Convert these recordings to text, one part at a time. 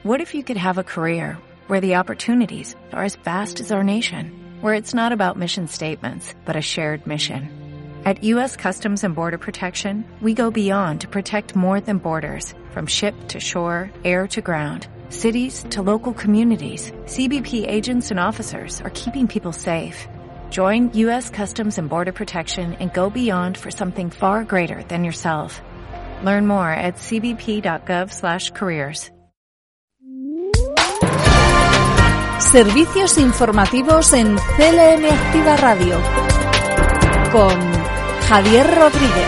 What if you could have a career where the opportunities are as vast as our nation, where it's not about mission statements, but a shared mission? At U.S. Customs and Border Protection, we go beyond to protect more than borders, from ship to shore, air to ground, cities to local communities. CBP agents and officers are keeping people safe. Join U.S. Customs and Border Protection and go beyond for something far greater than yourself. Learn more at cbp.gov/careers. Servicios informativos en CLM Activa Radio con Javier Rodríguez.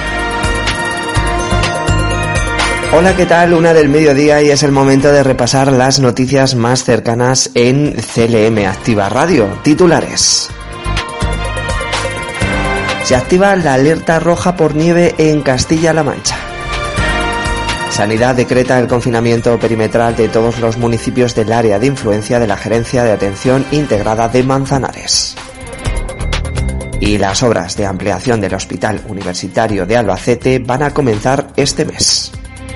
Hola, ¿qué tal? 1 del mediodía y es el momento de repasar las noticias más cercanas en CLM Activa Radio. Titulares. Se activa la alerta roja por nieve en Castilla-La Mancha. Sanidad decreta el confinamiento perimetral de todos los municipios del área de influencia de la Gerencia de Atención Integrada de Manzanares. Y las obras de ampliación del Hospital Universitario de Albacete van a comenzar este mes.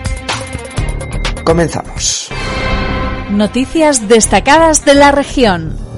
Comenzamos. Noticias destacadas de la región.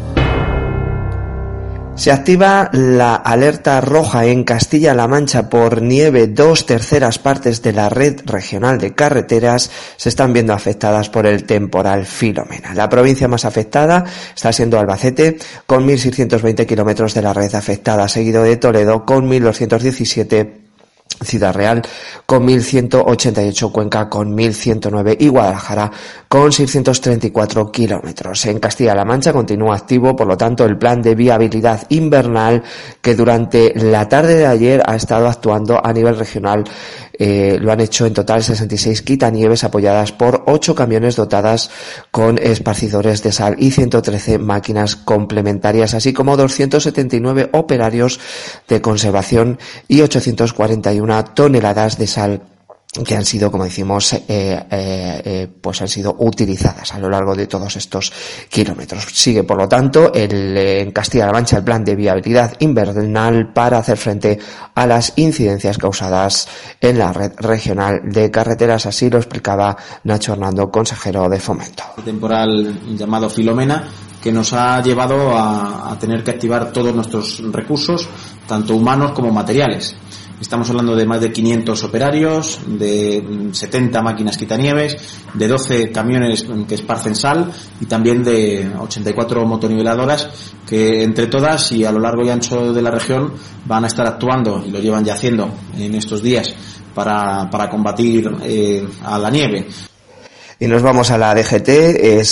Se activa la alerta roja en Castilla-La Mancha por nieve. 2/3 partes de la red regional de carreteras se están viendo afectadas por el temporal Filomena. La provincia más afectada está siendo Albacete, con 1.620 kilómetros de la red afectada, seguido de Toledo con 1.217, Ciudad Real con 1.188, Cuenca con 1.109 y Guadalajara con 634 kilómetros. En Castilla-La Mancha continúa activo, por lo tanto, el plan de viabilidad invernal que durante la tarde de ayer ha estado actuando a nivel regional. Lo han hecho en total 66 quitanieves apoyadas por 8 camiones dotadas con esparcidores de sal y 113 máquinas complementarias, así como 279 operarios de conservación y 841 toneladas de sal que han sido, como decimos, pues han sido utilizadas a lo largo de todos estos kilómetros. Sigue, por lo tanto, en Castilla-La Mancha el plan de viabilidad invernal para hacer frente a las incidencias causadas en la red regional de carreteras. Así lo explicaba Nacho Hernando, consejero de Fomento. El temporal llamado Filomena, que nos ha llevado a tener que activar todos nuestros recursos, tanto humanos como materiales. Estamos hablando de más de 500 operarios, de 70 máquinas quitanieves, de 12 camiones que esparcen sal y también de 84 motoniveladoras que entre todas y a lo largo y ancho de la región van a estar actuando, y lo llevan ya haciendo en estos días, para combatir a la nieve. Y nos vamos a la DGT, es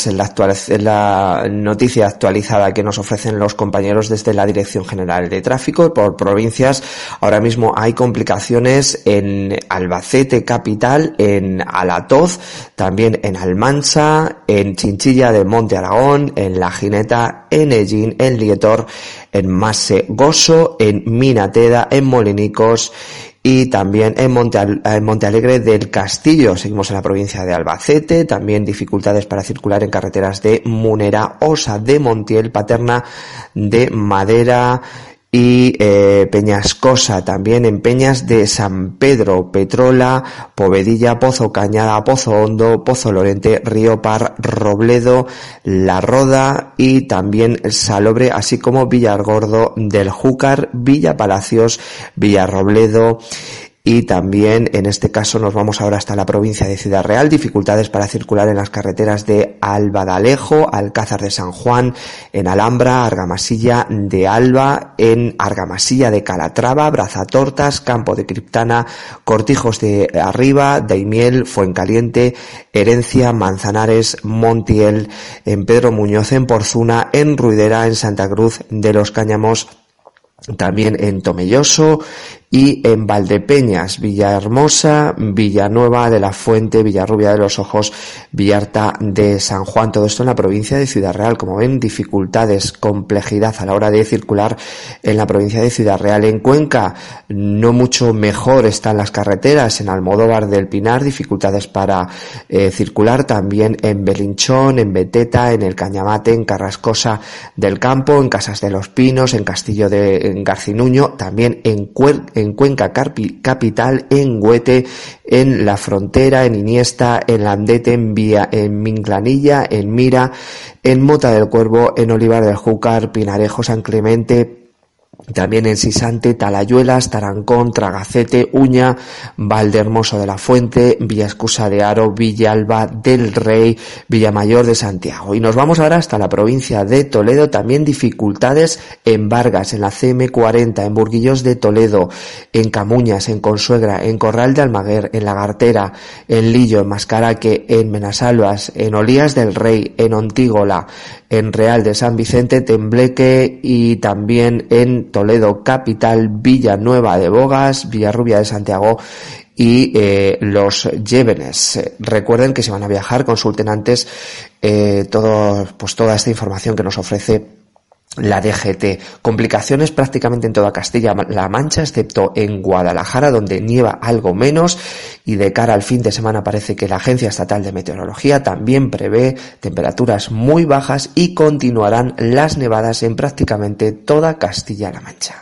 la noticia actualizada que nos ofrecen los compañeros desde la Dirección General de Tráfico por provincias. Ahora mismo hay complicaciones en Albacete capital, en Alatoz, también en Almansa, en Chinchilla de Monte Aragón, en La Gineta, en Ellín, en Lietor, en Masegoso, en Minateda, en Molinicos y también en Montealegre del Castillo. Seguimos en la provincia de Albacete, también dificultades para circular en carreteras de Munera, Osa de Montiel, Paterna de Madera y Peñascosa, también en Peñas de San Pedro, Petrola, Povedilla, Pozo Cañada, Pozo Hondo, Pozo Lorente, Río Par, Robledo, La Roda y también Salobre, así como Villargordo del Júcar, Villa Palacios, Villarrobledo. Y también, en este caso, nos vamos ahora hasta la provincia de Ciudad Real. Dificultades para circular en las carreteras de Albadalejo, Alcázar de San Juan, en Alhambra, Argamasilla de Alba, en Argamasilla de Calatrava, Brazatortas, Campo de Criptana, Cortijos de Arriba, Daimiel, Fuencaliente, Herencia, Manzanares, Montiel, en Pedro Muñoz, en Porzuna, en Ruidera, en Santa Cruz de los Cáñamos, también en Tomelloso y en Valdepeñas, Villahermosa, Villanueva de la Fuente, Villarrubia de los Ojos, Villarta de San Juan. Todo esto en la provincia de Ciudad Real. Como ven, dificultades, complejidad a la hora de circular en la provincia de Ciudad Real. En Cuenca no mucho mejor están las carreteras. En Almodóvar del Pinar, dificultades para circular. También en Belinchón, en Beteta, en el Cañamate, en Carrascosa del Campo, en Casas de los Pinos, en Castillo de Garcinuño, también en en Cuenca Capital, en Huete, en La Frontera, en Iniesta, en Landete, en Minclanilla, en Mira, en Mota del Cuervo, en Olivar del Júcar, Pinarejo, San Clemente, también en Sisante, Talayuelas, Tarancón, Tragacete, Uña, Valdehermoso de la Fuente, Villaescusa de Haro, Villalba del Rey, Villamayor de Santiago. Y nos vamos ahora hasta la provincia de Toledo, también dificultades en Vargas, en la CM40, en Burguillos de Toledo, en Camuñas, en Consuegra, en Corral de Almaguer, en Lagartera, en Lillo, en Mascaraque, en Menasalvas, en Olías del Rey, en Ontígola, en Real de San Vicente, Tembleque y también en Toledo Capital, Villanueva de Bogas, Villarrubia de Santiago y Los Llévenes. Recuerden que si van a viajar, consulten antes toda esta información que nos ofrece la DGT. Complicaciones prácticamente en toda Castilla-La Mancha, excepto en Guadalajara, donde nieva algo menos, y de cara al fin de semana parece que la Agencia Estatal de Meteorología también prevé temperaturas muy bajas y continuarán las nevadas en prácticamente toda Castilla-La Mancha.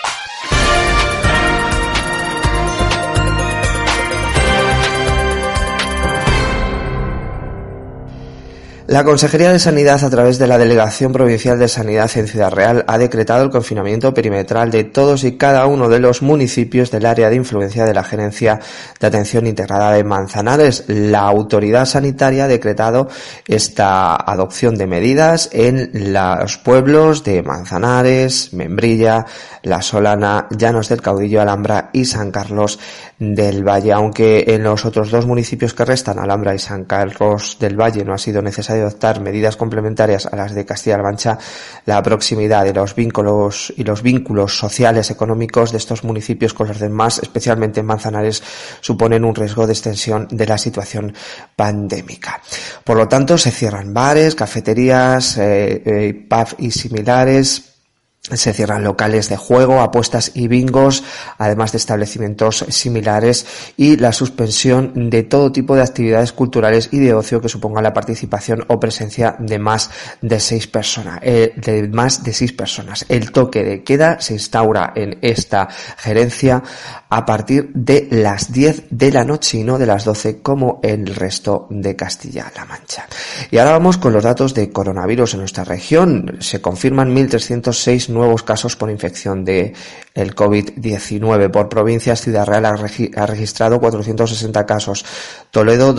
La Consejería de Sanidad, a través de la Delegación Provincial de Sanidad en Ciudad Real, ha decretado el confinamiento perimetral de todos y cada uno de los municipios del área de influencia de la Gerencia de Atención Integrada de Manzanares. La autoridad sanitaria ha decretado esta adopción de medidas en los pueblos de Manzanares, Membrilla, La Solana, Llanos del Caudillo, Alhambra y San Carlos del Valle. Aunque en los otros dos municipios que restan, Alhambra y San Carlos del Valle, no ha sido necesario adoptar medidas complementarias a las de Castilla-La Mancha, la proximidad de los vínculos sociales, económicos de estos municipios con los demás, especialmente en Manzanares, suponen un riesgo de extensión de la situación pandémica. Por lo tanto, se cierran bares, cafeterías, pub y similares. Se cierran locales de juego, apuestas y bingos, además de establecimientos similares, y la suspensión de todo tipo de actividades culturales y de ocio que supongan la participación o presencia de más de 6 personas. El toque de queda se instaura en esta gerencia a partir de las 10 de la noche y no de las 12 como en el resto de Castilla-La Mancha. Y ahora vamos con los datos de coronavirus en nuestra región. Se confirman 1.306 nuevos casos por infección de el COVID-19. Por provincias, Ciudad Real ha registrado 460 casos, Toledo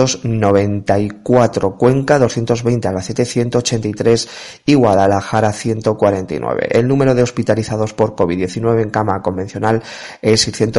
294, Cuenca 220, Albacete 183 y Guadalajara 149. El número de hospitalizados por COVID-19 en cama convencional es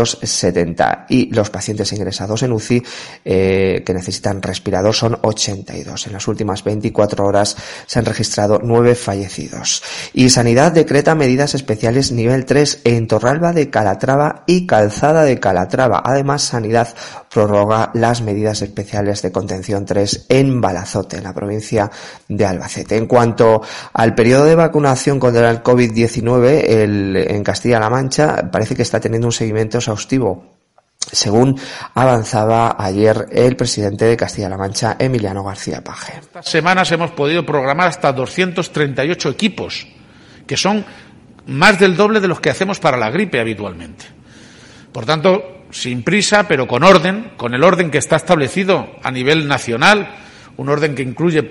670 y los pacientes ingresados en UCI que necesitan respirador son 82. En las últimas 24 horas se han registrado 9 fallecidos. Y Sanidad decreta medidas especiales nivel 3 en Torralba de Calatrava y Calzada de Calatrava. Además, Sanidad prorroga las medidas especiales de contención 3 en Balazote, en la provincia de Albacete. En cuanto al periodo de vacunación contra el COVID-19, en Castilla-La Mancha parece que está teniendo un seguimiento exhaustivo, según avanzaba ayer el presidente de Castilla-La Mancha, Emiliano García Paje. Estas semanas hemos podido programar hasta 238 equipos, que son más del doble de los que hacemos para la gripe habitualmente. Por tanto, sin prisa, pero con orden, con el orden que está establecido a nivel nacional, un orden que incluye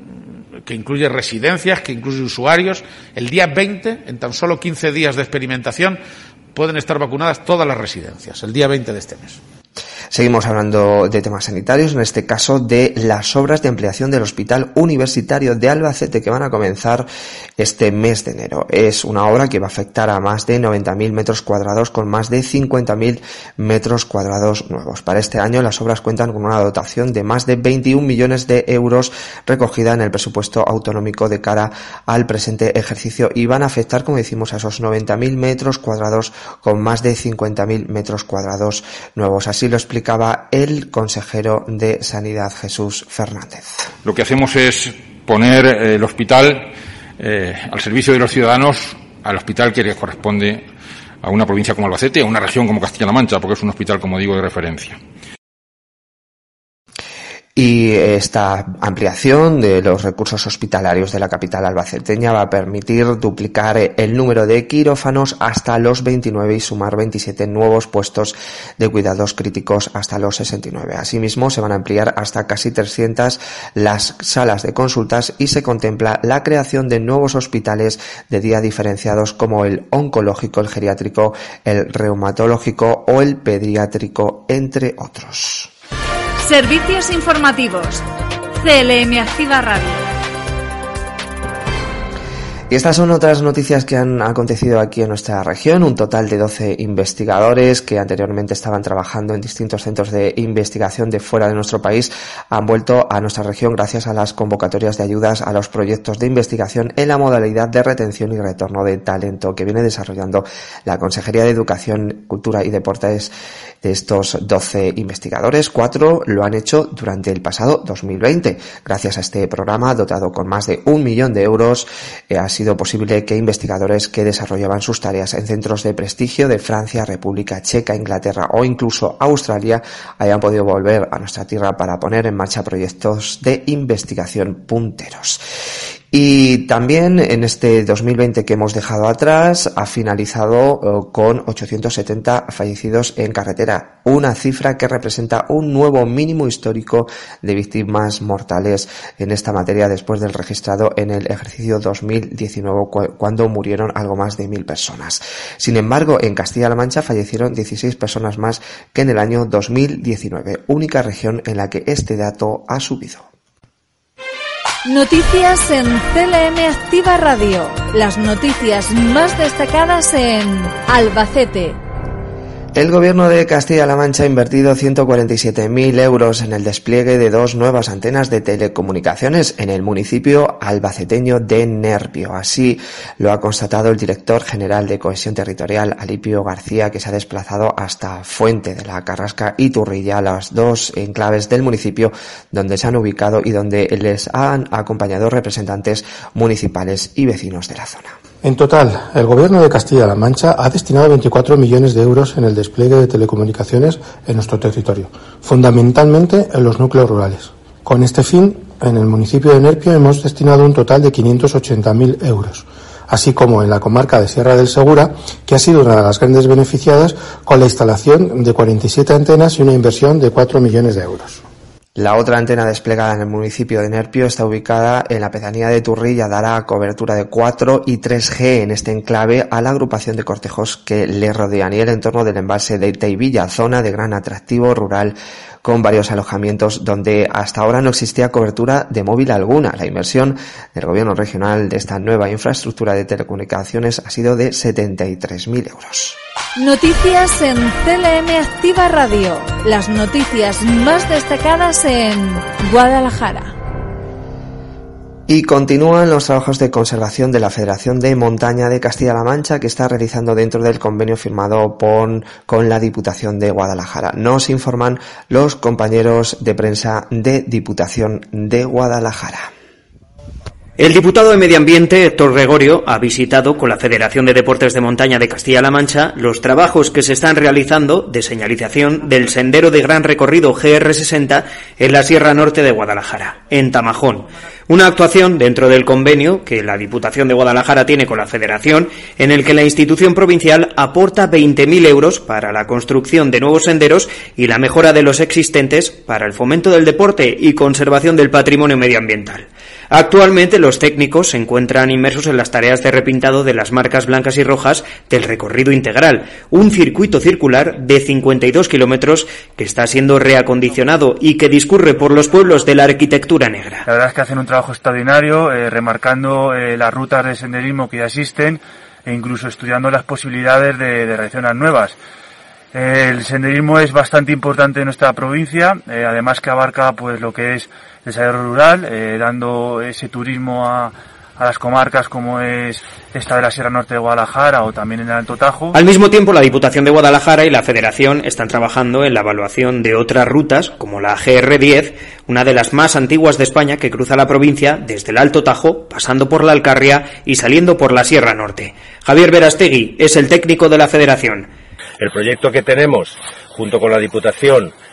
residencias, que incluye usuarios. El día 20, en tan solo 15 días de experimentación, pueden estar vacunadas todas las residencias, el día 20 de este mes. Seguimos hablando de temas sanitarios, en este caso de las obras de ampliación del Hospital Universitario de Albacete que van a comenzar este mes de enero. Es una obra que va a afectar a más de 90.000 metros cuadrados con más de 50.000 metros cuadrados nuevos. Para este año las obras cuentan con una dotación de más de 21 millones de euros recogida en el presupuesto autonómico de cara al presente ejercicio y van a afectar, como decimos, a esos 90.000 metros cuadrados con más de 50.000 metros cuadrados nuevos. Así lo explicaba el consejero de Sanidad, Jesús Fernández. Lo que hacemos es poner el hospital al servicio de los ciudadanos, al hospital que le corresponde a una provincia como Albacete, a una región como Castilla-La Mancha, porque es un hospital, como digo, de referencia. Y esta ampliación de los recursos hospitalarios de la capital albaceteña va a permitir duplicar el número de quirófanos hasta los 29 y sumar 27 nuevos puestos de cuidados críticos hasta los 69. Asimismo, se van a ampliar hasta casi 300 las salas de consultas y se contempla la creación de nuevos hospitales de día diferenciados como el oncológico, el geriátrico, el reumatológico o el pediátrico, entre otros. Servicios informativos. CLM Activa Radio. Y estas son otras noticias que han acontecido aquí en nuestra región. Un total de 12 investigadores que anteriormente estaban trabajando en distintos centros de investigación de fuera de nuestro país han vuelto a nuestra región gracias a las convocatorias de ayudas a los proyectos de investigación en la modalidad de retención y retorno de talento que viene desarrollando la Consejería de Educación, Cultura y Deportes. De estos 12 investigadores, 4 lo han hecho durante el pasado 2020. Gracias a este programa, dotado con más de 1 millón de euros, ha sido posible que investigadores que desarrollaban sus tareas en centros de prestigio de Francia, República Checa, Inglaterra o incluso Australia hayan podido volver a nuestra tierra para poner en marcha proyectos de investigación punteros. Y también en este 2020 que hemos dejado atrás ha finalizado con 870 fallecidos en carretera, una cifra que representa un nuevo mínimo histórico de víctimas mortales en esta materia después del registrado en el ejercicio 2019 cuando murieron algo más de 1.000 personas. Sin embargo, en Castilla-La Mancha fallecieron 16 personas más que en el año 2019, única región en la que este dato ha subido. Noticias en CLM Activa Radio. Las noticias más destacadas en Albacete. El Gobierno de Castilla-La Mancha ha invertido 147.000 euros en el despliegue de 2 nuevas antenas de telecomunicaciones en el municipio albaceteño de Nerpio. Así lo ha constatado el director general de Cohesión Territorial, Alipio García, que se ha desplazado hasta Fuente de la Carrasca y Turrilla, las 2 enclaves del municipio donde se han ubicado y donde les han acompañado representantes municipales y vecinos de la zona. En total, el Gobierno de Castilla-La Mancha ha destinado 24 millones de euros en el despliegue de telecomunicaciones en nuestro territorio, fundamentalmente en los núcleos rurales. Con este fin, en el municipio de Nerpio hemos destinado un total de 580.000 euros, así como en la comarca de Sierra del Segura, que ha sido una de las grandes beneficiadas con la instalación de 47 antenas y una inversión de 4 millones de euros. La otra antena desplegada en el municipio de Nerpio está ubicada en la pedanía de Turrilla, dará cobertura de 4 y 3G en este enclave a la agrupación de cortejos que le rodean y el entorno del embalse de Teivilla, zona de gran atractivo rural con varios alojamientos donde hasta ahora no existía cobertura de móvil alguna. La inversión del gobierno regional de esta nueva infraestructura de telecomunicaciones ha sido de 73.000 euros. Noticias en CLM Activa Radio. Las noticias más destacadas en Guadalajara. Y continúan los trabajos de conservación de la Federación de Montaña de Castilla-La Mancha que está realizando dentro del convenio firmado con la Diputación de Guadalajara. Nos informan los compañeros de prensa de Diputación de Guadalajara. El diputado de Medio Ambiente, Héctor Gregorio, ha visitado con la Federación de Deportes de Montaña de Castilla-La Mancha los trabajos que se están realizando de señalización del sendero de gran recorrido GR60 en la Sierra Norte de Guadalajara, en Tamajón. Una actuación dentro del convenio que la Diputación de Guadalajara tiene con la Federación, en el que la institución provincial aporta 20.000 euros para la construcción de nuevos senderos y la mejora de los existentes para el fomento del deporte y conservación del patrimonio medioambiental. Actualmente los técnicos se encuentran inmersos en las tareas de repintado de las marcas blancas y rojas del recorrido integral, un circuito circular de 52 kilómetros que está siendo reacondicionado y que discurre por los pueblos de la arquitectura negra. La verdad es que hacen un trabajo extraordinario, remarcando las rutas de senderismo que ya existen e incluso estudiando las posibilidades de realizar unas nuevas. El senderismo es bastante importante en nuestra provincia, además que abarca pues lo que es el desarrollo rural, dando ese turismo a las comarcas como es esta de la Sierra Norte de Guadalajara o también en el Alto Tajo. Al mismo tiempo, la Diputación de Guadalajara y la Federación están trabajando en la evaluación de otras rutas, como la GR10, una de las más antiguas de España que cruza la provincia desde el Alto Tajo, pasando por la Alcarria y saliendo por la Sierra Norte. Javier Verastegui es el técnico de la Federación. El proyecto que tenemos junto con la Diputación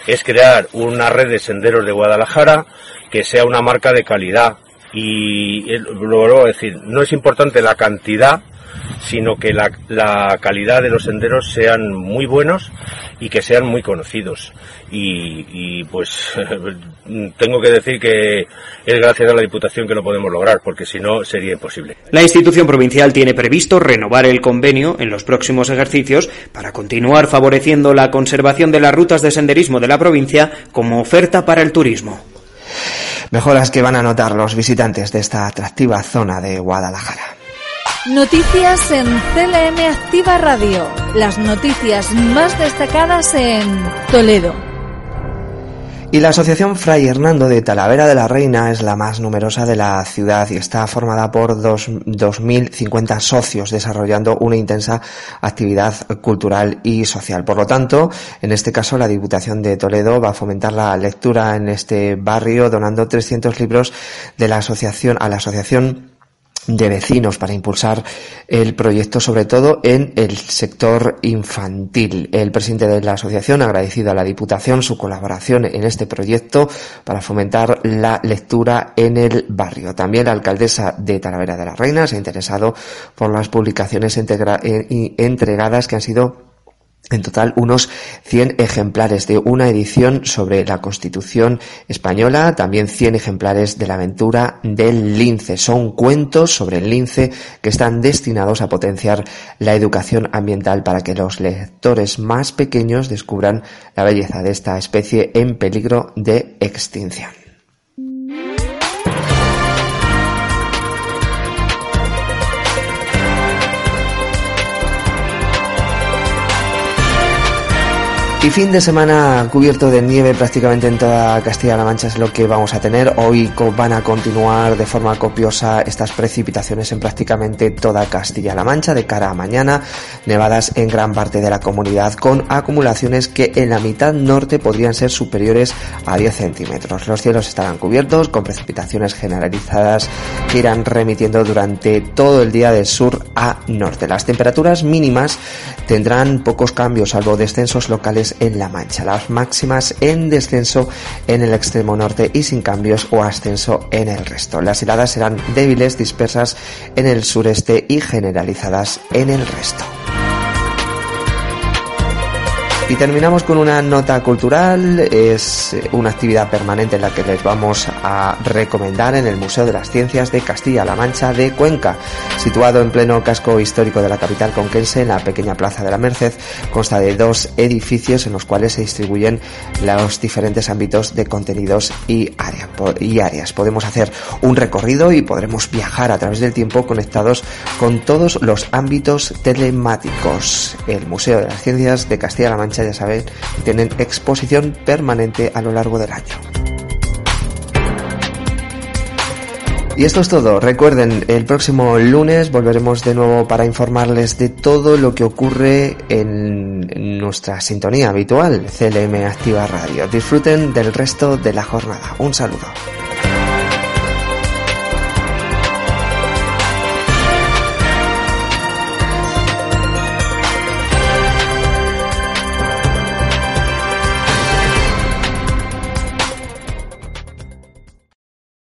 es crear una red de senderos de Guadalajara que sea una marca de calidad. Y lo vuelvo a decir, no es importante la cantidad, sino que la calidad de los senderos sean muy buenos y que sean muy conocidos. Y pues tengo que decir que es gracias a la Diputación que lo podemos lograr, porque si no sería imposible. La institución provincial tiene previsto renovar el convenio en los próximos ejercicios para continuar favoreciendo la conservación de las rutas de senderismo de la provincia como oferta para el turismo. Mejoras que van a notar los visitantes de esta atractiva zona de Guadalajara. Noticias en CLM Activa Radio. Las noticias más destacadas en Toledo. Y la Asociación Fray Hernando de Talavera de la Reina es la más numerosa de la ciudad y está formada por 2.050 socios desarrollando una intensa actividad cultural y social. Por lo tanto, en este caso la Diputación de Toledo va a fomentar la lectura en este barrio donando 300 libros de la asociación a la Asociación de Vecinos para impulsar el proyecto, sobre todo en el sector infantil. El presidente de la asociación ha agradecido a la Diputación su colaboración en este proyecto para fomentar la lectura en el barrio. También la alcaldesa de Talavera de la Reina se ha interesado por las publicaciones entregadas, que han sido en total unos 100 ejemplares de una edición sobre la Constitución española, también 100 ejemplares de la aventura del lince. Son cuentos sobre el lince que están destinados a potenciar la educación ambiental para que los lectores más pequeños descubran la belleza de esta especie en peligro de extinción. Y fin de semana cubierto de nieve prácticamente en toda Castilla-La Mancha es lo que vamos a tener. Hoy van a continuar de forma copiosa estas precipitaciones en prácticamente toda Castilla-La Mancha de cara a mañana. Nevadas en gran parte de la comunidad con acumulaciones que en la mitad norte podrían ser superiores a 10 centímetros. Los cielos estarán cubiertos con precipitaciones generalizadas que irán remitiendo durante todo el día de sur a norte. Las temperaturas mínimas tendrán pocos cambios salvo descensos locales en La Mancha, las máximas en descenso en el extremo norte y sin cambios o ascenso en el resto. Las heladas serán débiles, dispersas en el sureste y generalizadas en el resto. Y terminamos con una nota cultural. Es una actividad permanente en la que les vamos a recomendar en el Museo de las Ciencias de Castilla-La Mancha de Cuenca, situado en pleno casco histórico de la capital conquense, en la pequeña Plaza de la Merced. Consta de 2 edificios en los cuales se distribuyen los diferentes ámbitos de contenidos y áreas. Podemos hacer un recorrido y podremos viajar a través del tiempo conectados con todos los ámbitos telemáticos. El Museo de las Ciencias de Castilla-La Mancha, ya saben, tienen exposición permanente a lo largo del año. Y esto es todo. Recuerden, el próximo lunes volveremos de nuevo para informarles de todo lo que ocurre en nuestra sintonía habitual, CLM Activa Radio. Disfruten del resto de la jornada. Un saludo.